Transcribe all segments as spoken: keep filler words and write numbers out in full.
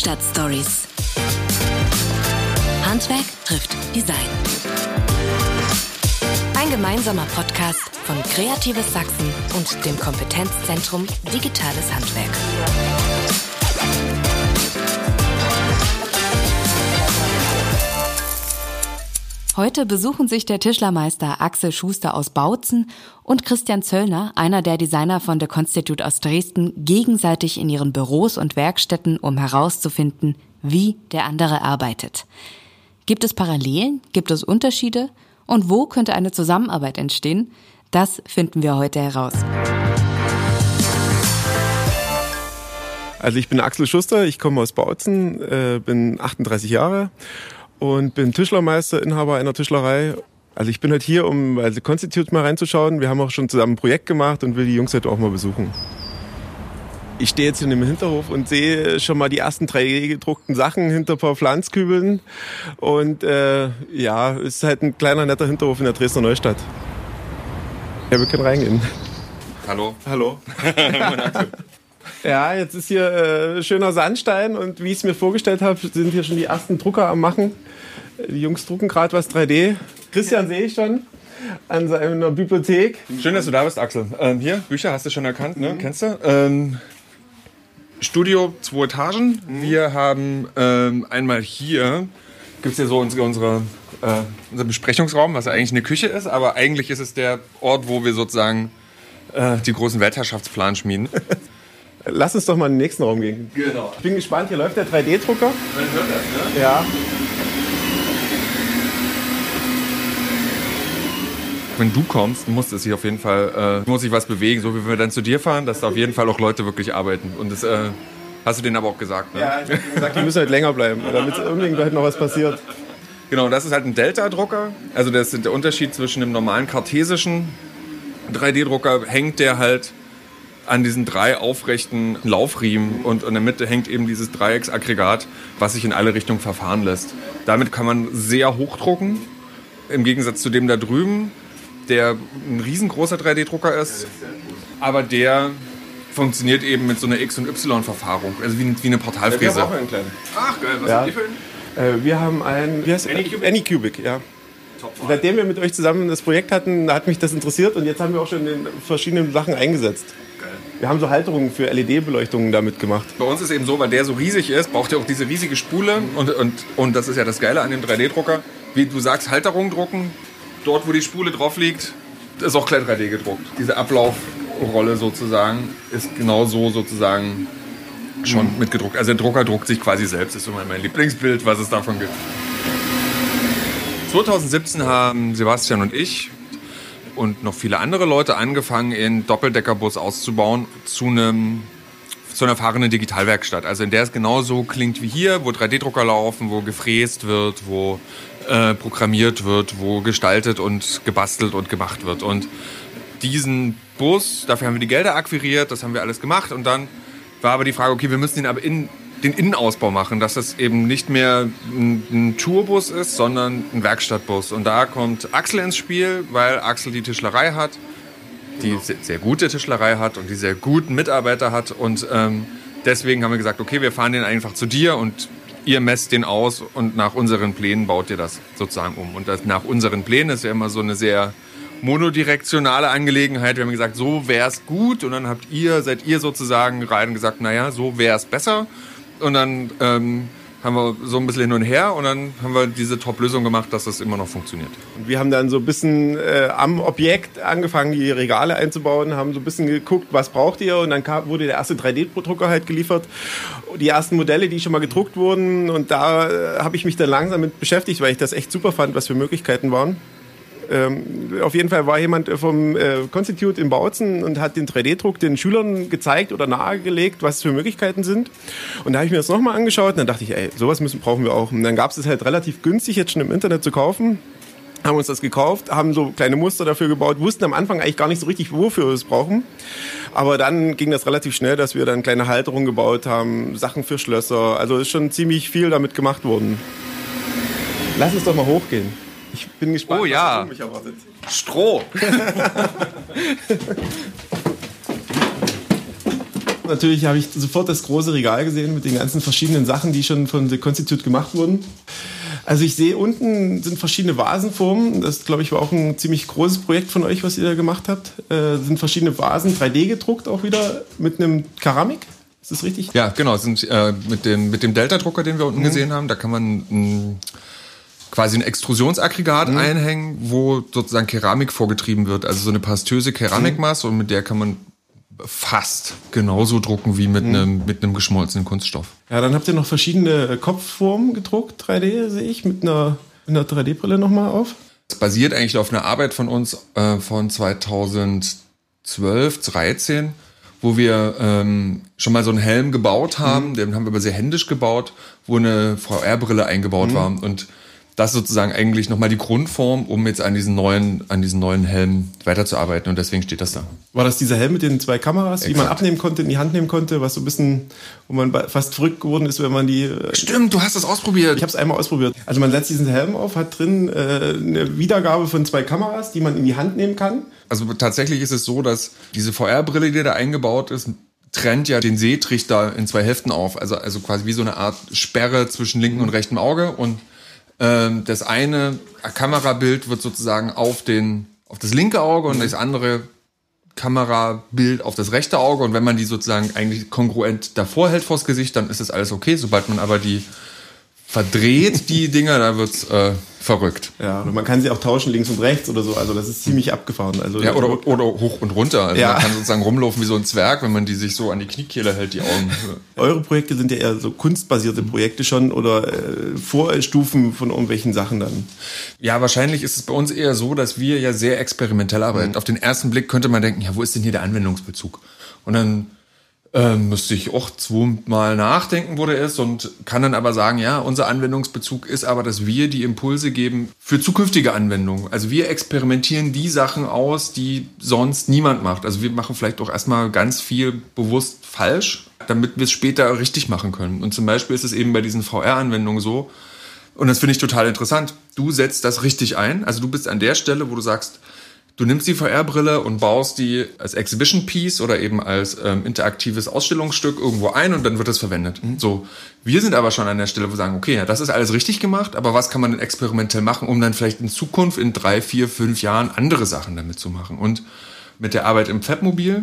Werkstattstories. Handwerk trifft Design. Ein gemeinsamer Podcast von Kreatives Sachsen und dem Kompetenzzentrum Digitales Handwerk. Heute besuchen sich der Tischlermeister Axel Schuster aus Bautzen und Christian Zöllner, einer der Designer von The Constitute aus Dresden, gegenseitig in ihren Büros und Werkstätten, um herauszufinden, wie der andere arbeitet. Gibt es Parallelen? Gibt es Unterschiede? Und wo könnte eine Zusammenarbeit entstehen? Das finden wir heute heraus. Also ich bin Axel Schuster, ich komme aus Bautzen, äh, bin achtunddreißig Jahre und bin Tischlermeister, Inhaber einer Tischlerei. Also ich bin heute hier, um bei The Constitute mal reinzuschauen. Wir haben auch schon zusammen ein Projekt gemacht und will die Jungs heute auch mal besuchen. Ich stehe jetzt in dem Hinterhof und sehe schon mal die ersten drei D gedruckten Sachen hinter ein paar Pflanzkübeln. Und äh, ja, es ist halt ein kleiner, netter Hinterhof in der Dresdner Neustadt. Ja, wir können reingehen. Hallo. Hallo. Ja, jetzt ist hier äh, schöner Sandstein und wie ich es mir vorgestellt habe, sind hier schon die ersten Drucker am Machen. Die Jungs drucken gerade was drei D. Christian sehe ich schon an seiner Bibliothek. Schön, dass du da bist, Axel. Ähm, hier, Bücher hast du schon erkannt, ne? Mhm. Kennst du? Ähm, Studio, zwei Etagen. Mhm. Wir haben ähm, einmal hier, gibt es hier so unsere, unsere, äh, unser Besprechungsraum, was ja eigentlich eine Küche ist, aber eigentlich ist es der Ort, wo wir sozusagen äh, die großen Weltherrschaftsplan schmieden. Lass uns doch mal in den nächsten Raum gehen. Genau. Ich bin gespannt, hier läuft der drei D Drucker. Man hört das, ne? Ja. Wenn du kommst, muss es sich auf jeden Fall, äh, muss sich was bewegen, so wie wir dann zu dir fahren, dass da auf jeden Fall auch Leute wirklich arbeiten. Und das äh, hast du denen aber auch gesagt, ne? Ja, ich habe gesagt, die müssen halt länger bleiben, damit unbedingt halt noch was passiert. Genau, das ist halt ein Delta-Drucker. Also das ist der Unterschied zwischen dem normalen kartesischen drei D Drucker, hängt der halt an diesen drei aufrechten Laufriemen und in der Mitte hängt eben dieses Dreiecksaggregat, was sich in alle Richtungen verfahren lässt. Damit kann man sehr hoch drucken, im Gegensatz zu dem da drüben, der ein riesengroßer drei D Drucker ist, aber der funktioniert eben mit so einer X- und Y-Verfahrung, also wie, wie eine Portalfräse. Ja, wir haben auch einen kleinen. Ach geil, was ja. habt ihr für einen? Äh, wir haben einen, wie heißt Anycubic? Anycubic, ja. Seitdem wir mit euch zusammen das Projekt hatten, hat mich das interessiert und jetzt haben wir auch schon in verschiedenen Sachen eingesetzt. Geil. Wir haben so Halterungen für L E D-Beleuchtungen damit gemacht. Bei uns ist eben so, weil der so riesig ist, braucht ihr auch diese riesige Spule und, und, und das ist ja das Geile an dem drei D Drucker. Wie du sagst, Halterung drucken, dort wo die Spule drauf liegt, ist auch gleich drei D gedruckt. Diese Ablaufrolle sozusagen ist genau so sozusagen schon mhm. mitgedruckt. Also der Drucker druckt sich quasi selbst, das ist immer mein Lieblingsbild, was es davon gibt. zwanzig siebzehn haben Sebastian und ich und noch viele andere Leute angefangen, einen Doppeldeckerbus auszubauen zu, einem, zu einer fahrenden Digitalwerkstatt. Also in der es genauso klingt wie hier, wo drei D Drucker laufen, wo gefräst wird, wo äh, programmiert wird, wo gestaltet und gebastelt und gemacht wird. Und diesen Bus, dafür haben wir die Gelder akquiriert, das haben wir alles gemacht. Und dann war aber die Frage, okay, wir müssen ihn aber in den Innenausbau machen, dass das eben nicht mehr ein, ein Tourbus ist, sondern ein Werkstattbus. Und da kommt Axel ins Spiel, weil Axel die Tischlerei hat, die sehr, sehr gute Tischlerei hat und die sehr guten Mitarbeiter hat. Und ähm, deswegen haben wir gesagt, okay, wir fahren den einfach zu dir und ihr messt den aus und nach unseren Plänen baut ihr das sozusagen um. Und das nach unseren Plänen ist ja immer so eine sehr monodirektionale Angelegenheit. Wir haben gesagt, so wäre es gut. Und dann habt ihr, seid ihr sozusagen rein gesagt, naja, so wäre es besser. Und dann ähm, haben wir so ein bisschen hin und her und dann haben wir diese Top-Lösung gemacht, dass das immer noch funktioniert. Und wir haben dann so ein bisschen äh, am Objekt angefangen, die Regale einzubauen, haben so ein bisschen geguckt, was braucht ihr und dann kam, wurde der erste drei D Drucker halt geliefert. Die ersten Modelle, die schon mal gedruckt wurden und da äh, habe ich mich dann langsam mit beschäftigt, weil ich das echt super fand, was für Möglichkeiten waren. Ähm, auf jeden Fall war jemand vom äh, Constitute in Bautzen und hat den drei D Druck den Schülern gezeigt oder nahegelegt, was es für Möglichkeiten sind. Und da habe ich mir das nochmal angeschaut und dann dachte ich, ey, sowas müssen, brauchen wir auch. Und dann gab es es halt relativ günstig jetzt schon im Internet zu kaufen. Haben uns das gekauft, haben so kleine Muster dafür gebaut, wussten am Anfang eigentlich gar nicht so richtig, wofür wir es brauchen. Aber dann ging das relativ schnell, dass wir dann kleine Halterungen gebaut haben, Sachen für Schlösser. Also ist schon ziemlich viel damit gemacht worden. Lass uns doch mal hochgehen. Ich bin gespannt, oh, ja. was mich erwartet. Stroh! Natürlich habe ich sofort das große Regal gesehen mit den ganzen verschiedenen Sachen, die schon von The Constitute gemacht wurden. Also ich sehe, unten sind verschiedene Vasenformen. Das, glaube ich, war auch ein ziemlich großes Projekt von euch, was ihr da gemacht habt. Äh, sind verschiedene Vasen, drei D gedruckt auch wieder, mit einem Keramik. Ist das richtig? Ja, genau. Sind, äh, mit dem, mit dem Delta-Drucker, den wir unten mhm. gesehen haben, da kann man mh, quasi ein Extrusionsaggregat mhm. einhängen, wo sozusagen Keramik vorgetrieben wird. Also so eine pastöse Keramikmasse mhm. und mit der kann man fast genauso drucken wie mit, mhm. einem, mit einem geschmolzenen Kunststoff. Ja, dann habt ihr noch verschiedene Kopfformen gedruckt, drei D sehe ich, mit einer, mit einer drei D-Brille nochmal auf. Das basiert eigentlich auf einer Arbeit von uns äh, von zweitausendzwölf, dreizehn, wo wir ähm, schon mal so einen Helm gebaut haben, mhm. den haben wir aber sehr händisch gebaut, wo eine V R-Brille eingebaut mhm. war. Und das ist sozusagen eigentlich nochmal die Grundform, um jetzt an diesen neuen, an diesen neuen Helm weiterzuarbeiten. Und deswegen steht das da. War das dieser Helm mit den zwei Kameras, Exakt. Die man abnehmen konnte, in die Hand nehmen konnte, was so ein bisschen, wo man fast verrückt geworden ist, wenn man die... Stimmt, du hast das ausprobiert. Ich habe es einmal ausprobiert. Also man setzt diesen Helm auf, hat drin äh, eine Wiedergabe von zwei Kameras, die man in die Hand nehmen kann. Also tatsächlich ist es so, dass diese V R-Brille, die da eingebaut ist, trennt ja den Sehtrichter in zwei Hälften auf. Also, also quasi wie so eine Art Sperre zwischen linkem und rechtem Auge. Und ähm, das eine Kamerabild wird sozusagen auf, den, auf das linke Auge und das andere Kamerabild auf das rechte Auge. Und wenn man die sozusagen eigentlich kongruent davor hält vors Gesicht, dann ist das alles okay. Sobald man aber die verdreht, die Dinger, da wird's äh, verrückt. Ja, und man kann sie auch tauschen links und rechts oder so. Also das ist ziemlich abgefahren. Also ja, oder, oder hoch und runter. Also ja. Man kann sozusagen rumlaufen wie so ein Zwerg, wenn man die sich so an die Kniekehle hält, die Augen. Eure Projekte sind ja eher so kunstbasierte Projekte schon oder äh, Vorstufen von irgendwelchen Sachen dann? Ja, wahrscheinlich ist es bei uns eher so, dass wir ja sehr experimentell arbeiten. Mhm. Auf den ersten Blick könnte man denken, ja, wo ist denn hier der Anwendungsbezug? Und dann Ähm, müsste ich auch zweimal nachdenken, wo der ist, und kann dann aber sagen, ja, unser Anwendungsbezug ist aber, dass wir die Impulse geben für zukünftige Anwendungen. Also wir experimentieren die Sachen aus, die sonst niemand macht. Also wir machen vielleicht auch erstmal ganz viel bewusst falsch, damit wir es später richtig machen können. Und zum Beispiel ist es eben bei diesen V R-Anwendungen so, und das finde ich total interessant, du setzt das richtig ein. Also du bist an der Stelle, wo du sagst, du nimmst die V R-Brille und baust die als Exhibition-Piece oder eben als ähm, interaktives Ausstellungsstück irgendwo ein und dann wird das verwendet. Mhm. So, wir sind aber schon an der Stelle, wo wir sagen, okay, ja, das ist alles richtig gemacht, aber was kann man denn experimentell machen, um dann vielleicht in Zukunft in drei, vier, fünf Jahren andere Sachen damit zu machen? Und mit der Arbeit im Fabmobil,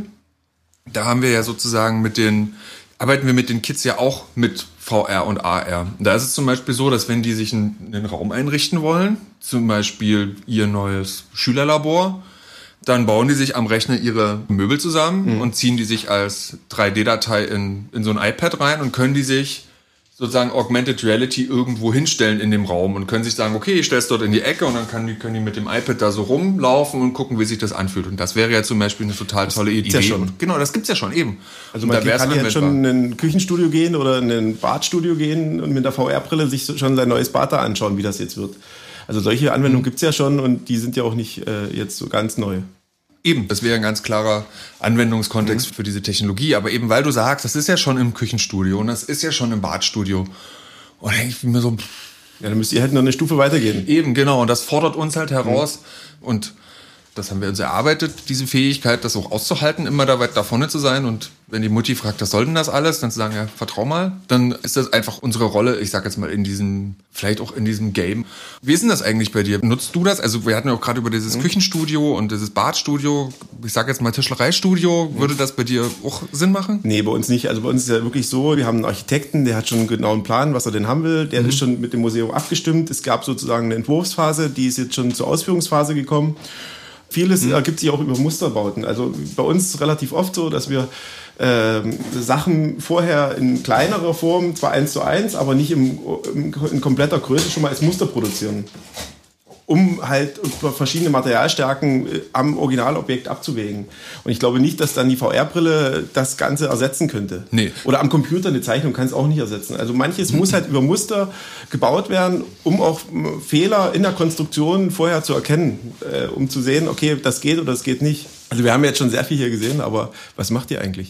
da haben wir ja sozusagen mit den, arbeiten wir mit den Kids ja auch mit V R und A R. Da ist es zum Beispiel so, dass wenn die sich einen, einen Raum einrichten wollen, zum Beispiel ihr neues Schülerlabor, dann bauen die sich am Rechner ihre Möbel zusammen mhm. und ziehen die sich als drei D-Datei in, in so ein iPad rein und können die sich sozusagen Augmented Reality irgendwo hinstellen in dem Raum und können sich sagen, okay, ich stelle es dort in die Ecke und dann kann die, können die mit dem iPad da so rumlaufen und gucken, wie sich das anfühlt. Und das wäre ja zum Beispiel eine total tolle Idee. Ja schon. Genau, das gibt's ja schon eben. Also man kann ja jetzt schon in ein Küchenstudio gehen oder in ein Badstudio gehen und mit der V R-Brille sich schon sein neues Bad da anschauen, wie das jetzt wird. Also solche Anwendungen mhm. gibt's ja schon und die sind ja auch nicht äh, jetzt so ganz neu. Eben, das wäre ein ganz klarer Anwendungskontext mhm. für diese Technologie. Aber eben, weil du sagst, das ist ja schon im Küchenstudio und das ist ja schon im Badstudio. Und dann denke ich mir so, ja, dann müsst ihr halt noch eine Stufe weitergehen. Eben, genau. Und das fordert uns halt heraus. Mhm. Und das haben wir uns erarbeitet, diese Fähigkeit, das auch auszuhalten, immer da weit da vorne zu sein. Und wenn die Mutti fragt, was soll denn das alles? Dann zu sagen, ja, vertrau mal. Dann ist das einfach unsere Rolle, ich sag jetzt mal, in diesem, vielleicht auch in diesem Game. Wie ist denn das eigentlich bei dir? Nutzt du das? Also wir hatten ja auch gerade über dieses mhm. Küchenstudio und dieses Badstudio, ich sag jetzt mal Tischlereistudio. Mhm. Würde das bei dir auch Sinn machen? Nee, bei uns nicht. Also bei uns ist ja wirklich so, wir haben einen Architekten, der hat schon genau einen Plan, was er denn haben will. Der mhm. ist schon mit dem Museum abgestimmt. Es gab sozusagen eine Entwurfsphase, die ist jetzt schon zur Ausführungsphase gekommen. Vieles mhm. ergibt sich auch über Musterbauten. Also bei uns relativ oft so, dass wir äh, Sachen vorher in kleinerer Form, zwar eins zu eins, aber nicht im, im, in kompletter Größe schon mal als Muster produzieren, um halt verschiedene Materialstärken am Originalobjekt abzuwägen. Und ich glaube nicht, dass dann die V R-Brille das Ganze ersetzen könnte. Nee. Oder am Computer eine Zeichnung kann es auch nicht ersetzen. Also manches mhm. muss halt über Muster gebaut werden, um auch Fehler in der Konstruktion vorher zu erkennen, äh, um zu sehen, okay, das geht oder das geht nicht. Also wir haben jetzt schon sehr viel hier gesehen, aber was macht ihr eigentlich?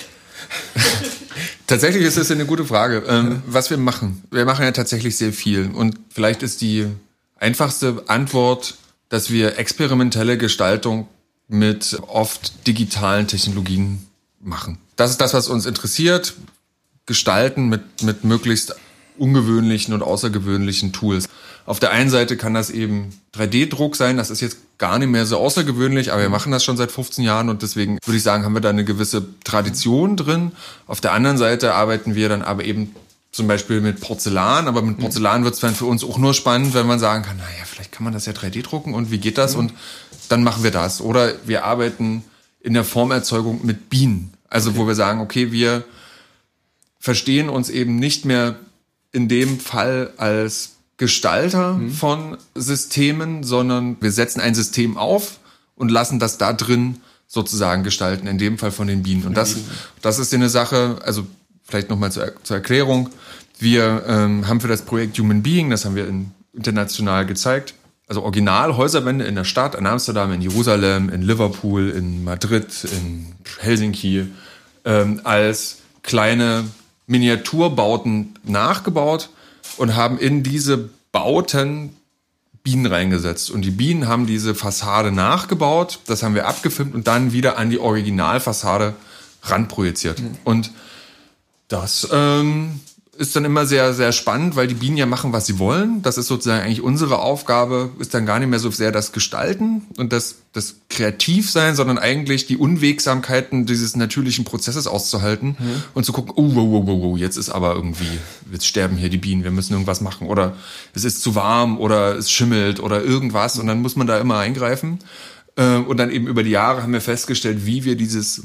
Tatsächlich ist das eine gute Frage. Ähm, was wir machen, wir machen ja tatsächlich sehr viel. Und vielleicht ist die einfachste Antwort, dass wir experimentelle Gestaltung mit oft digitalen Technologien machen. das ist das, was uns interessiert. Gestalten mit, mit möglichst ungewöhnlichen und außergewöhnlichen Tools. Auf der einen Seite kann das eben drei D Druck sein, das ist jetzt gar nicht mehr so außergewöhnlich, aber wir machen das schon seit fünfzehn Jahren und deswegen würde ich sagen, haben wir da eine gewisse Tradition drin. Auf der anderen Seite arbeiten wir dann aber eben zum Beispiel mit Porzellan, aber mit Porzellan wird es dann für uns auch nur spannend, wenn man sagen kann, naja, vielleicht kann man das ja drei D drucken und wie geht das? Und dann machen wir das. Oder wir arbeiten in der Formerzeugung mit Bienen. Also okay. wo wir sagen, okay, wir verstehen uns eben nicht mehr in dem Fall als Gestalter mhm. von Systemen, sondern wir setzen ein System auf und lassen das da drin sozusagen gestalten, in dem Fall von den Bienen. Und das, das ist eine Sache, also vielleicht nochmal zur, zur Erklärung. Wir ähm, haben für das Projekt Human Being, das haben wir in, international gezeigt, also original Häuserwände in der Stadt, in Amsterdam, in Jerusalem, in Liverpool, in Madrid, in Helsinki, ähm, als kleine Miniaturbauten nachgebaut und haben in diese Bauten Bienen reingesetzt. Und die Bienen haben diese Fassade nachgebaut, das haben wir abgefilmt und dann wieder an die Originalfassade ranprojiziert. Mhm. Und das ähm, ist dann immer sehr, sehr spannend, weil die Bienen ja machen, was sie wollen. Das ist sozusagen eigentlich unsere Aufgabe, ist dann gar nicht mehr so sehr das Gestalten und das, das Kreativsein, sondern eigentlich die Unwegsamkeiten dieses natürlichen Prozesses auszuhalten mhm. und zu gucken, oh, oh, oh, oh, jetzt ist aber irgendwie, jetzt sterben hier die Bienen, wir müssen irgendwas machen oder es ist zu warm oder es schimmelt oder irgendwas und dann muss man da immer eingreifen. Und dann eben über die Jahre haben wir festgestellt, wie wir dieses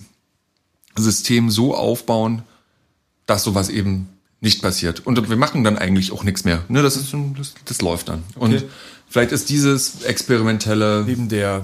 System so aufbauen, dass sowas eben nicht passiert. Und wir machen dann eigentlich auch nichts mehr. Ne, das ist, das, das läuft dann. Und okay. vielleicht ist dieses experimentelle neben der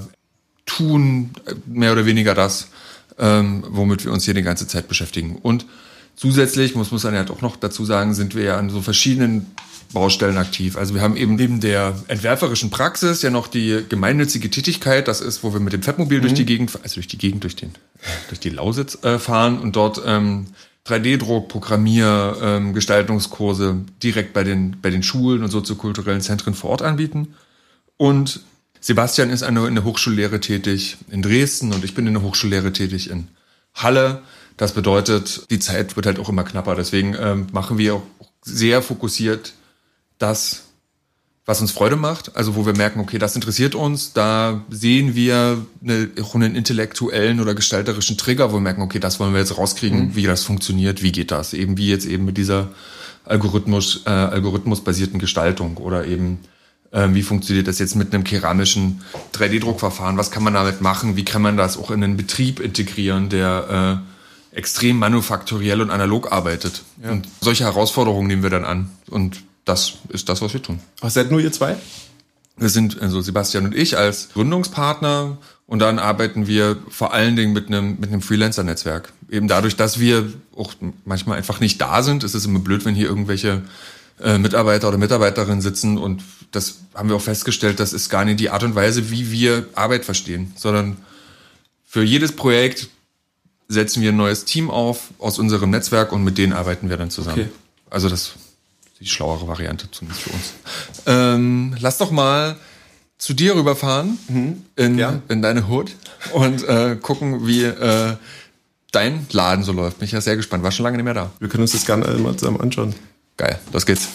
Tun mehr oder weniger das, ähm, womit wir uns hier die ganze Zeit beschäftigen. Und zusätzlich, muss, muss man ja auch noch dazu sagen, sind wir ja an so verschiedenen Baustellen aktiv. Also wir haben eben neben der entwerferischen Praxis ja noch die gemeinnützige Tätigkeit. Das ist, wo wir mit dem Fettmobil mhm. durch die Gegend, also durch die Gegend, durch den, durch die Lausitz äh, fahren und dort ähm, drei D Druck, Programmier, ähm, Gestaltungskurse direkt bei den, bei den Schulen und soziokulturellen Zentren vor Ort anbieten. Und Sebastian ist eine, in der Hochschullehre tätig in Dresden und ich bin in der Hochschullehre tätig in Halle. Das bedeutet, die Zeit wird halt auch immer knapper. Deswegen ähm, machen wir auch sehr fokussiert das, was uns Freude macht. Also wo wir merken, okay, das interessiert uns. Da sehen wir eine, auch einen intellektuellen oder gestalterischen Trigger, wo wir merken, okay, das wollen wir jetzt rauskriegen, mhm. wie das funktioniert, wie geht das. Eben wie jetzt eben mit dieser Algorithmus, äh, algorithmusbasierten Gestaltung oder eben äh, wie funktioniert das jetzt mit einem keramischen drei D Druckverfahren. Was kann man damit machen? Wie kann man das auch in einen Betrieb integrieren, der äh, extrem manufakturell und analog arbeitet? Ja. Und solche Herausforderungen nehmen wir dann an. Und das ist das, was wir tun. Ach, seid nur ihr zwei? Wir sind, also Sebastian und ich, als Gründungspartner und dann arbeiten wir vor allen Dingen mit einem, mit einem Freelancer-Netzwerk. Eben dadurch, dass wir auch manchmal einfach nicht da sind, ist es immer blöd, wenn hier irgendwelche äh, Mitarbeiter oder Mitarbeiterinnen sitzen und das haben wir auch festgestellt, das ist gar nicht die Art und Weise, wie wir Arbeit verstehen, sondern für jedes Projekt setzen wir ein neues Team auf aus unserem Netzwerk und mit denen arbeiten wir dann zusammen. Okay. Also das die schlauere Variante, zumindest für uns. Ähm, lass doch mal zu dir rüberfahren mhm. in, ja. in deine Hood und äh, gucken, wie äh, dein Laden so läuft. Bin ich ja sehr gespannt. War schon lange nicht mehr da. Wir können uns das gerne mal zusammen anschauen. Geil, los geht's.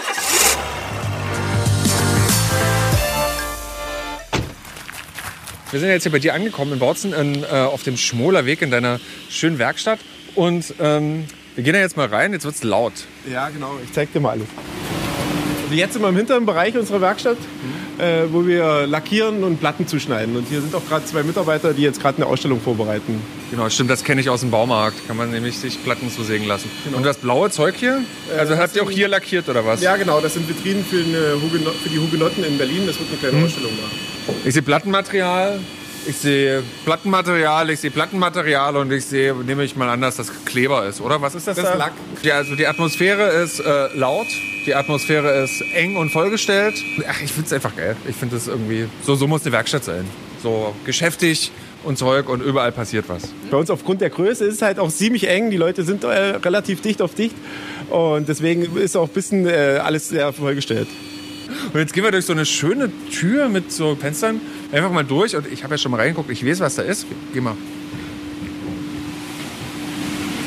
Wir sind jetzt hier bei dir angekommen in Bautzen in, äh, auf dem Schmoler Weg in deiner schönen Werkstatt und ähm, wir gehen da jetzt mal rein, jetzt wird's laut. Ja, genau, ich zeig dir mal alles. Also jetzt sind wir im hinteren Bereich unserer Werkstatt, mhm. äh, wo wir lackieren und Platten zuschneiden. Und hier sind auch gerade zwei Mitarbeiter, die jetzt gerade eine Ausstellung vorbereiten. Genau, stimmt, das kenne ich aus dem Baumarkt. Kann man nämlich sich Platten zusägen lassen. Genau. Und das blaue Zeug hier, also äh, habt ihr auch hier lackiert oder was? Ja, genau, das sind Vitrinen für, eine Hugenot- für die Hugenotten in Berlin. Das wird eine kleine mhm. Ausstellung machen. Ich sehe Plattenmaterial. Ich sehe Plattenmaterial, ich sehe Plattenmaterial und ich sehe, nehme ich mal an, dass das Kleber ist, oder? Was ist das? Das da? ist Lack. Die, also die Atmosphäre ist äh, laut, die Atmosphäre ist eng und vollgestellt. Ach, ich finde es einfach geil. Ich finde es irgendwie, so, so muss eine Werkstatt sein. So geschäftig und Zeug und überall passiert was. Bei uns aufgrund der Größe ist es halt auch ziemlich eng. Die Leute sind äh, relativ dicht auf dicht und deswegen ist auch ein bisschen äh, alles sehr vollgestellt. Und jetzt gehen wir durch so eine schöne Tür mit so Fenstern einfach mal durch. Und ich habe ja schon mal reingeguckt. Ich weiß, was da ist. Geh mal.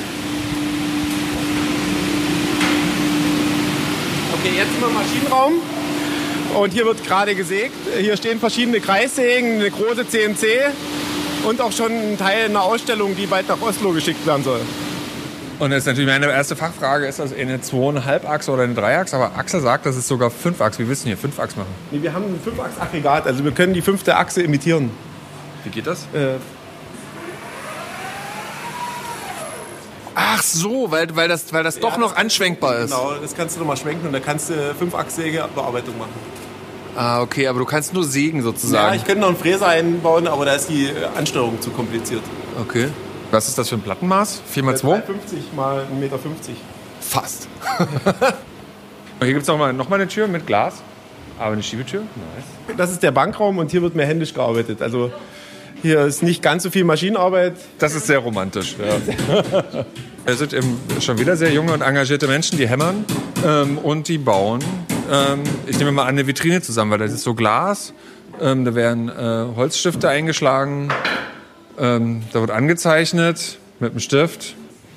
sind wir im Maschinenraum. Und hier wird gerade gesägt. Hier stehen verschiedene Kreissägen, eine große C N C und auch schon ein Teil einer Ausstellung, die bald nach Oslo geschickt werden soll. Und jetzt natürlich meine erste Fachfrage, ist das eine zwei Komma fünf Achse oder eine drei Achse? Aber Axel sagt, das ist sogar fünf Achse. Wie willst du denn hier fünf Achse machen? Nee, wir haben ein fünf Achse-Aggregat, also wir können die fünfte Achse imitieren. Wie geht das? Äh, Ach so, weil, weil das, weil das ja, doch noch das anschwenkbar ist. Genau, das kannst du nochmal schwenken und da kannst du Fünfachssäge-Bearbeitung machen. Ah, okay, aber du kannst nur sägen sozusagen. Ja, ich könnte noch einen Fräser einbauen, aber da ist die Ansteuerung zu kompliziert. Okay. Was ist das für ein Plattenmaß? vier mal zwei? fünfzig mal ein Meter fünfzig. Fast. Hier gibt es noch mal, noch mal eine Tür mit Glas, aber eine Schiebetür. Nice. Das ist der Bankraum und hier wird mehr händisch gearbeitet. Also hier ist nicht ganz so viel Maschinenarbeit. Das ist sehr romantisch. Ja. Wir sind eben schon wieder sehr junge und engagierte Menschen, die hämmern ähm, und die bauen. Ähm, ich nehme mal an, eine Vitrine zusammen, weil das ist so Glas. Ähm, da werden äh, Holzstifte eingeschlagen. Ähm, da wird angezeichnet mit einem Stift.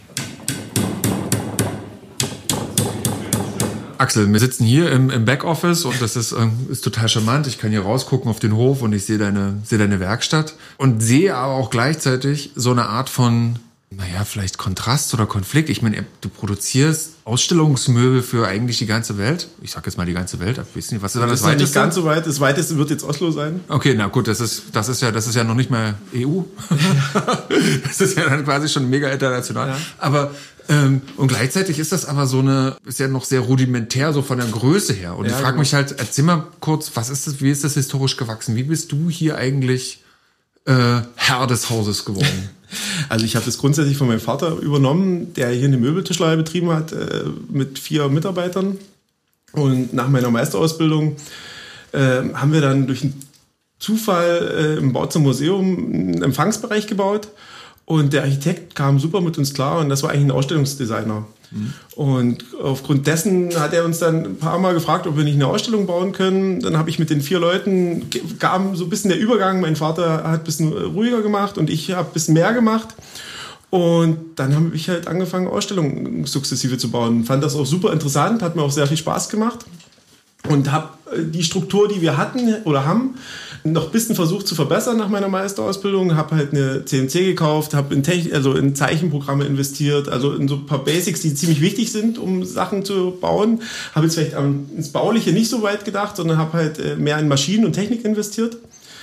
Axel, wir sitzen hier im, im Backoffice und das ist, ähm, ist total charmant. Ich kann hier rausgucken auf den Hof und ich sehe deine, sehe deine Werkstatt und sehe aber auch gleichzeitig so eine Art von, naja, vielleicht Kontrast oder Konflikt. Ich meine, du produzierst Ausstellungsmöbel für eigentlich die ganze Welt. Ich sag jetzt mal die ganze Welt. Ich weiß nicht, was ist dann das, das Weiteste? Nicht ganz so weit. Das Weiteste wird jetzt Oslo sein. Okay, na gut, das ist, das ist ja, das ist ja noch nicht mal E U. Das ist ja dann quasi schon mega international. Ja. Aber ähm, und gleichzeitig ist das aber so eine, ist ja noch sehr rudimentär, so von der Größe her. Und ja, ich frage genau. mich halt, erzähl mal kurz, was ist das, wie ist das historisch gewachsen? Wie bist du hier eigentlich äh, Herr des Hauses geworden? Also ich habe das grundsätzlich von meinem Vater übernommen, der hier eine Möbeltischlerei betrieben hat äh, mit vier Mitarbeitern. Und nach meiner Meisterausbildung äh, haben wir dann durch einen Zufall äh, im Bautzer Museum einen Empfangsbereich gebaut. Und der Architekt kam super mit uns klar und das war eigentlich ein Ausstellungsdesigner. Mhm. Und aufgrund dessen hat er uns dann ein paar Mal gefragt, ob wir nicht eine Ausstellung bauen können. Dann habe ich mit den vier Leuten, kam so ein bisschen der Übergang. Mein Vater hat ein bisschen ruhiger gemacht und ich habe ein bisschen mehr gemacht. Und dann habe ich halt angefangen, Ausstellungen sukzessive zu bauen. Fand das auch super interessant, hat mir auch sehr viel Spaß gemacht. Und habe die Struktur, die wir hatten oder haben, noch ein bisschen versucht zu verbessern nach meiner Meisterausbildung. Habe halt eine C N C gekauft, habe in, Techn- also in Zeichenprogramme investiert, also in so ein paar Basics, die ziemlich wichtig sind, um Sachen zu bauen. Habe jetzt vielleicht ins Bauliche nicht so weit gedacht, sondern habe halt mehr in Maschinen und Technik investiert.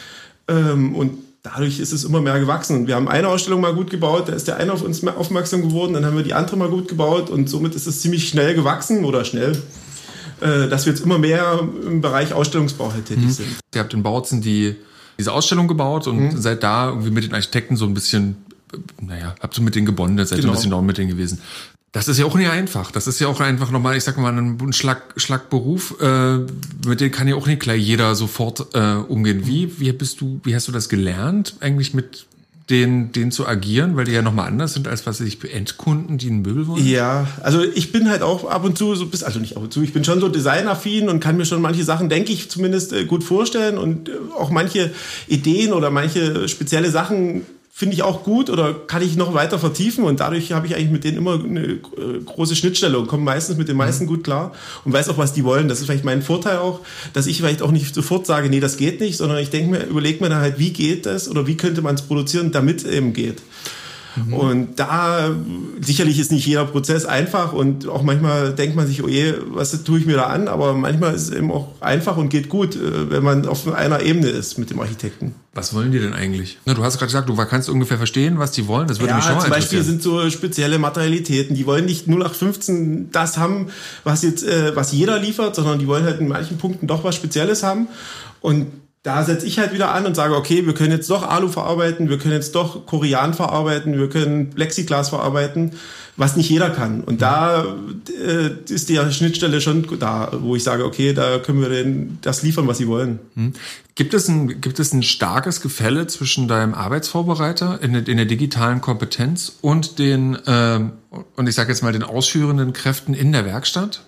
Und dadurch ist es immer mehr gewachsen. Und wir haben eine Ausstellung mal gut gebaut, da ist der eine auf uns aufmerksam geworden, dann haben wir die andere mal gut gebaut und somit ist es ziemlich schnell gewachsen oder schnell, dass wir jetzt immer mehr im Bereich Ausstellungsbau halt tätig mhm. sind. Ihr habt in Bautzen die, diese Ausstellung gebaut und mhm. seid da irgendwie mit den Architekten so ein bisschen, naja, habt so mit denen gebondet, seid genau. so ein bisschen auch mit denen gewesen. Das ist ja auch nicht einfach. Das ist ja auch einfach nochmal, ich sag mal, ein Schlag, Schlagberuf. Äh, mit dem kann ja auch nicht gleich jeder sofort äh, umgehen. Wie, wie bist du, wie hast du das gelernt, eigentlich mit den, den zu agieren, weil die ja nochmal anders sind, als was sich Endkunden, die ein Möbel wollen? Ja, also ich bin halt auch ab und zu so bis, also nicht ab und zu, ich bin schon so designaffin und kann mir schon manche Sachen, denke ich, zumindest äh, gut vorstellen und äh, auch manche Ideen oder manche spezielle Sachen finde ich auch gut oder kann ich noch weiter vertiefen und dadurch habe ich eigentlich mit denen immer eine äh, große Schnittstelle und komme meistens mit den meisten gut klar und weiß auch, was die wollen. Das ist vielleicht mein Vorteil auch, dass ich vielleicht auch nicht sofort sage, nee, das geht nicht, sondern ich denke mir, überlege mir dann halt, wie geht das oder wie könnte man es produzieren, damit es eben geht. Mhm. Und da, sicherlich ist nicht jeder Prozess einfach und auch manchmal denkt man sich, oh je, was tue ich mir da an? Aber manchmal ist es eben auch einfach und geht gut, wenn man auf einer Ebene ist mit dem Architekten. Was wollen die denn eigentlich? Na, du hast gerade gesagt, du kannst ungefähr verstehen, was die wollen. Das würde ja, mich schon zum Beispiel interessieren. sind so spezielle Materialitäten. Die wollen nicht null acht fünfzehn das haben, was jetzt, äh, was jeder liefert, sondern die wollen halt in manchen Punkten doch was Spezielles haben. Und da setze ich halt wieder an und sage, okay, wir können jetzt doch Alu verarbeiten, wir können jetzt doch Korian verarbeiten, wir können Plexiglas verarbeiten, was nicht jeder kann. Und da äh, ist die Schnittstelle schon da, wo ich sage, okay, da können wir denen das liefern, was sie wollen. Hm. Gibt es ein, gibt es ein starkes Gefälle zwischen deinem Arbeitsvorbereiter in, in der digitalen Kompetenz und den, äh, und ich sage jetzt mal, den ausführenden Kräften in der Werkstatt?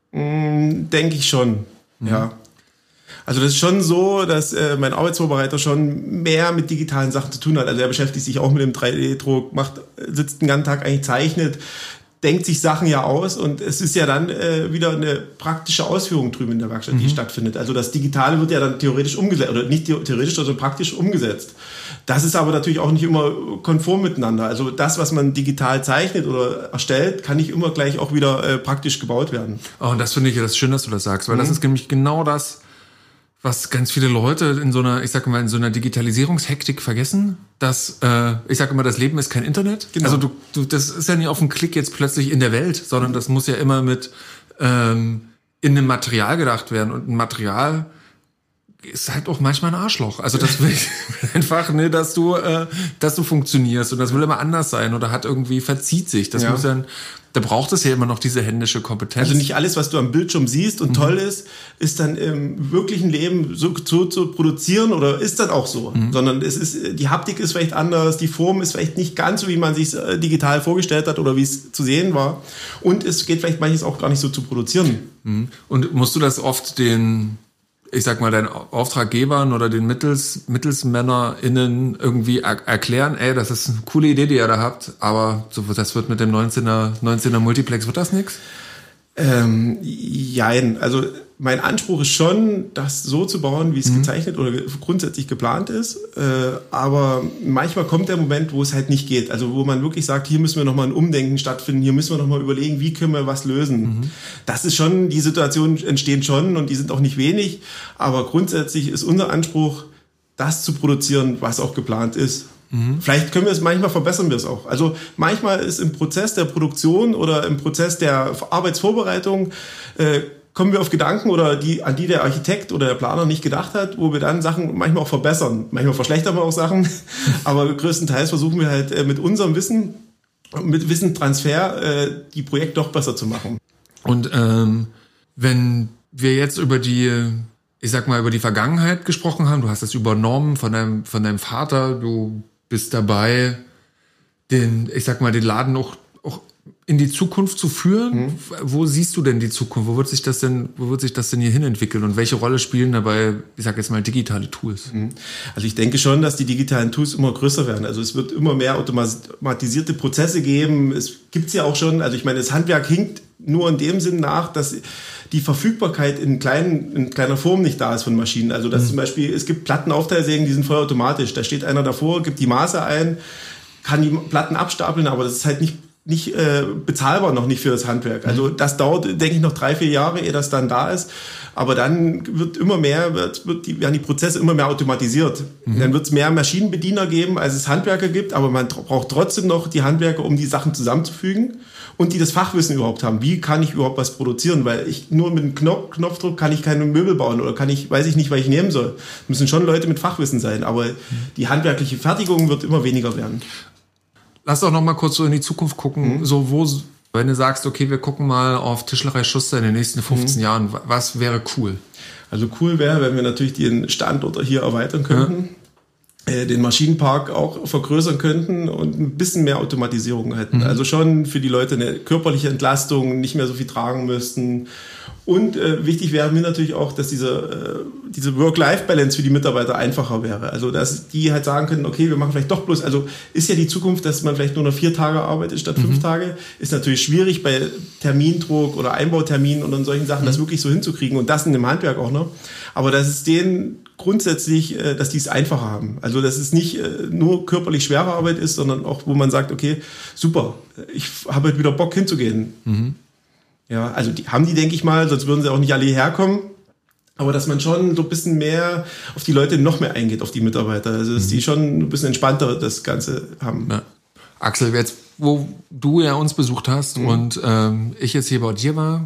Mm, denke ich schon, hm. ja. Also das ist schon so, dass äh, mein Arbeitsvorbereiter schon mehr mit digitalen Sachen zu tun hat. Also er beschäftigt sich auch mit dem drei D Druck, macht, sitzt den ganzen Tag eigentlich, zeichnet. denkt sich Sachen ja aus und es ist ja dann äh, wieder eine praktische Ausführung drüben in der Werkstatt, die mhm. stattfindet. Also das Digitale wird ja dann theoretisch umgesetzt, oder nicht theoretisch, sondern praktisch umgesetzt. Das ist aber natürlich auch nicht immer konform miteinander. Also das, was man digital zeichnet oder erstellt, kann nicht immer gleich auch wieder äh, praktisch gebaut werden. Oh, und das finde ich ja das schön, dass du das sagst, weil mhm. das ist nämlich genau das, was ganz viele Leute in so einer, ich sag mal, in so einer Digitalisierungshektik vergessen, dass, äh, ich sag immer, das Leben ist kein Internet. Genau. Also du, du, das ist ja nicht auf einen Klick jetzt plötzlich in der Welt, sondern das muss ja immer mit ähm, in einem Material gedacht werden. Und ein Material ist halt auch manchmal ein Arschloch. Also das will ich einfach, ne, dass du, äh, dass du funktionierst und das will immer anders sein oder hat irgendwie verzieht sich. Das ja. muss ja, da braucht es ja immer noch diese händische Kompetenz. Also nicht alles, was du am Bildschirm siehst und mhm. toll ist, ist dann im wirklichen Leben so zu, zu produzieren oder ist dann auch so, mhm. sondern es ist, die Haptik ist vielleicht anders, die Form ist vielleicht nicht ganz so, wie man sich digital vorgestellt hat oder wie es zu sehen war und es geht vielleicht manches auch gar nicht so zu produzieren. Mhm. Und musst du das oft den ich sag mal, deinen Auftraggebern oder den Mittels, MittelsmännerInnen irgendwie er- erklären, ey, das ist eine coole Idee, die ihr da habt, aber so, das wird mit dem neunzehner Multiplex, wird das nix? Ähm, jein. Also mein Anspruch ist schon, das so zu bauen, wie es mhm. gezeichnet oder grundsätzlich geplant ist. Äh, aber manchmal kommt der Moment, wo es halt nicht geht. Also wo man wirklich sagt, hier müssen wir nochmal ein Umdenken stattfinden, hier müssen wir nochmal überlegen, wie können wir was lösen. Mhm. Das ist schon, die Situationen entstehen schon und die sind auch nicht wenig. Aber grundsätzlich ist unser Anspruch, das zu produzieren, was auch geplant ist. Mhm. Vielleicht können wir es, manchmal verbessern wir es auch. Also manchmal ist im Prozess der Produktion oder im Prozess der Arbeitsvorbereitung äh, kommen wir auf Gedanken oder die, an die der Architekt oder der Planer nicht gedacht hat, wo wir dann Sachen manchmal auch verbessern. Manchmal verschlechtern wir auch Sachen, aber größtenteils versuchen wir halt äh, mit unserem Wissen, mit Wissenstransfer äh, die Projekte doch besser zu machen. Und ähm, wenn wir jetzt über die ich sag mal, über die Vergangenheit gesprochen haben, du hast das übernommen von deinem, von deinem Vater, du bist dabei, den, ich sag mal, den Laden auch, auch in die Zukunft zu führen. Mhm. Wo siehst du denn die Zukunft? Wo wird sich das denn, wo wird sich das denn hier hin entwickeln? Und welche Rolle spielen dabei, ich sag jetzt mal, digitale Tools? Mhm. Also ich denke schon, dass die digitalen Tools immer größer werden. Also es wird immer mehr automatisierte Prozesse geben. Es gibt's ja auch schon, also ich meine, das Handwerk hinkt nur in dem Sinn nach, dass die Verfügbarkeit in, kleinen, in kleiner Form nicht da ist von Maschinen. Also dass mhm. zum Beispiel, es gibt Plattenaufteilsägen, die sind vollautomatisch. Da steht einer davor, gibt die Maße ein, kann die Platten abstapeln, aber das ist halt nicht, nicht äh, bezahlbar noch nicht für das Handwerk. Also das dauert, denke ich, noch drei, vier Jahre, ehe das dann da ist. Aber dann wird immer mehr, wird, wird die, werden die Prozesse immer mehr automatisiert. Mhm. Dann wird es mehr Maschinenbediener geben, als es Handwerker gibt, aber man braucht trotzdem noch die Handwerker, um die Sachen zusammenzufügen und die das Fachwissen überhaupt haben. Wie kann ich überhaupt was produzieren? Weil ich nur mit einem Knopf, Knopfdruck kann ich keine Möbel bauen oder kann ich, weiß ich nicht, was ich nehmen soll. Es müssen schon Leute mit Fachwissen sein, aber mhm. die handwerkliche Fertigung wird immer weniger werden. Lass doch noch mal kurz so in die Zukunft gucken, mhm. so wo, wenn du sagst, okay, wir gucken mal auf Tischlerei Schuster in den nächsten fünfzehn mhm. Jahren, was wäre cool? Also cool wäre, wenn wir natürlich den Standort hier erweitern könnten, ja. äh, den Maschinenpark auch vergrößern könnten und ein bisschen mehr Automatisierung hätten. Mhm. Also schon für die Leute eine körperliche Entlastung, nicht mehr so viel tragen müssten. Und äh, wichtig wäre mir natürlich auch, dass diese, äh, diese Work-Life-Balance für die Mitarbeiter einfacher wäre. Also dass die halt sagen können, okay, wir machen vielleicht doch bloß, also ist ja die Zukunft, dass man vielleicht nur noch vier Tage arbeitet statt mhm. fünf Tage. Ist natürlich schwierig bei Termindruck oder Einbauterminen und solchen Sachen, mhm. das wirklich so hinzukriegen und das in dem Handwerk auch noch. Aber dass es denen grundsätzlich, äh, dass die es einfacher haben. Also dass es nicht äh, nur körperlich schwere Arbeit ist, sondern auch, wo man sagt, okay, super, ich habe halt wieder Bock hinzugehen. Mhm. Ja, also die haben die, denke ich mal, sonst würden sie auch nicht alle hierher kommen. Aber dass man schon so ein bisschen mehr auf die Leute noch mehr eingeht, auf die Mitarbeiter. Also dass mhm. die schon ein bisschen entspannter das Ganze haben. Ja. Axel, jetzt, wo du ja uns besucht hast mhm. und ähm, ich jetzt hier bei dir war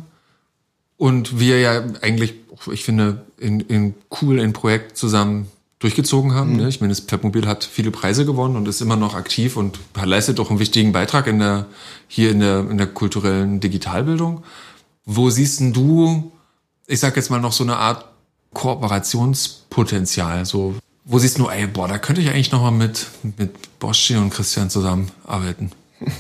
und wir ja eigentlich, ich finde, in, in cool ein Projekt zusammen durchgezogen haben. Mhm. Ne? Ich meine, das Pferdmobil hat viele Preise gewonnen und ist immer noch aktiv und leistet auch einen wichtigen Beitrag in der, hier in der, in der kulturellen Digitalbildung. Wo siehst denn du, ich sag jetzt mal noch so eine Art Kooperationspotenzial? So, wo siehst du, ey, boah, da könnte ich eigentlich noch mal mit, mit Boschi und Christian zusammenarbeiten?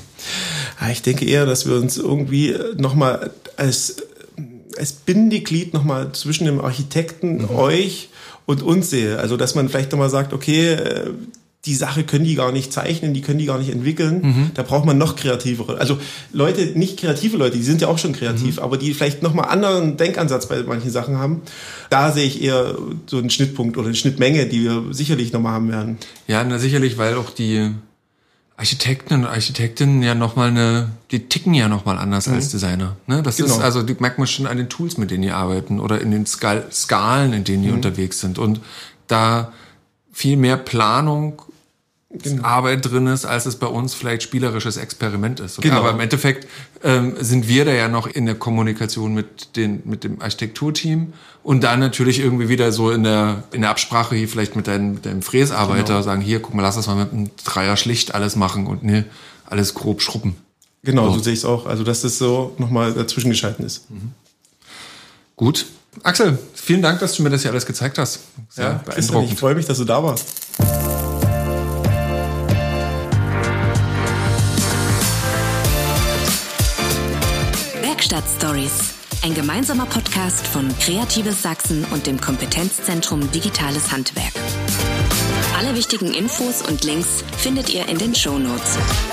Ja, ich denke eher, dass wir uns irgendwie noch mal als, als Bindeglied noch mal zwischen dem Architekten, mhm. euch und uns sehe. Also, dass man vielleicht nochmal sagt, okay, die Sache können die gar nicht zeichnen, die können die gar nicht entwickeln. Mhm. Da braucht man noch kreativere. Also Leute, nicht kreative Leute, die sind ja auch schon kreativ, mhm. aber die vielleicht nochmal anderen Denkansatz bei manchen Sachen haben. Da sehe ich eher so einen Schnittpunkt oder eine Schnittmenge, die wir sicherlich nochmal haben werden. Ja, na sicherlich, weil auch die Architekten und Architektinnen ja nochmal eine, die ticken ja nochmal anders mhm. als Designer. Ne? Das genau. ist, also die merkt man schon an den Tools, mit denen die arbeiten oder in den Skal- Skalen, in denen die mhm. unterwegs sind. Und da viel mehr Planung, genau. Arbeit drin ist, als es bei uns vielleicht spielerisches Experiment ist. Genau. Aber im Endeffekt ähm, sind wir da ja noch in der Kommunikation mit, den, mit dem Architekturteam und dann natürlich irgendwie wieder so in der, in der Absprache hier vielleicht mit deinem, mit deinem Fräsarbeiter genau. sagen, hier, guck mal, lass das mal mit einem Dreier schlicht alles machen und ne, alles grob schrubben. Genau, so, so sehe ich es auch. Also, dass das so nochmal dazwischen geschalten ist. Mhm. Gut. Axel, vielen Dank, dass du mir das hier alles gezeigt hast. Sehr ja, beeindruckend. Ich freue mich, dass du da warst. Werkstatt-Stories. Ein gemeinsamer Podcast von Kreatives Sachsen und dem Kompetenzzentrum Digitales Handwerk. Alle wichtigen Infos und Links findet ihr in den Shownotes.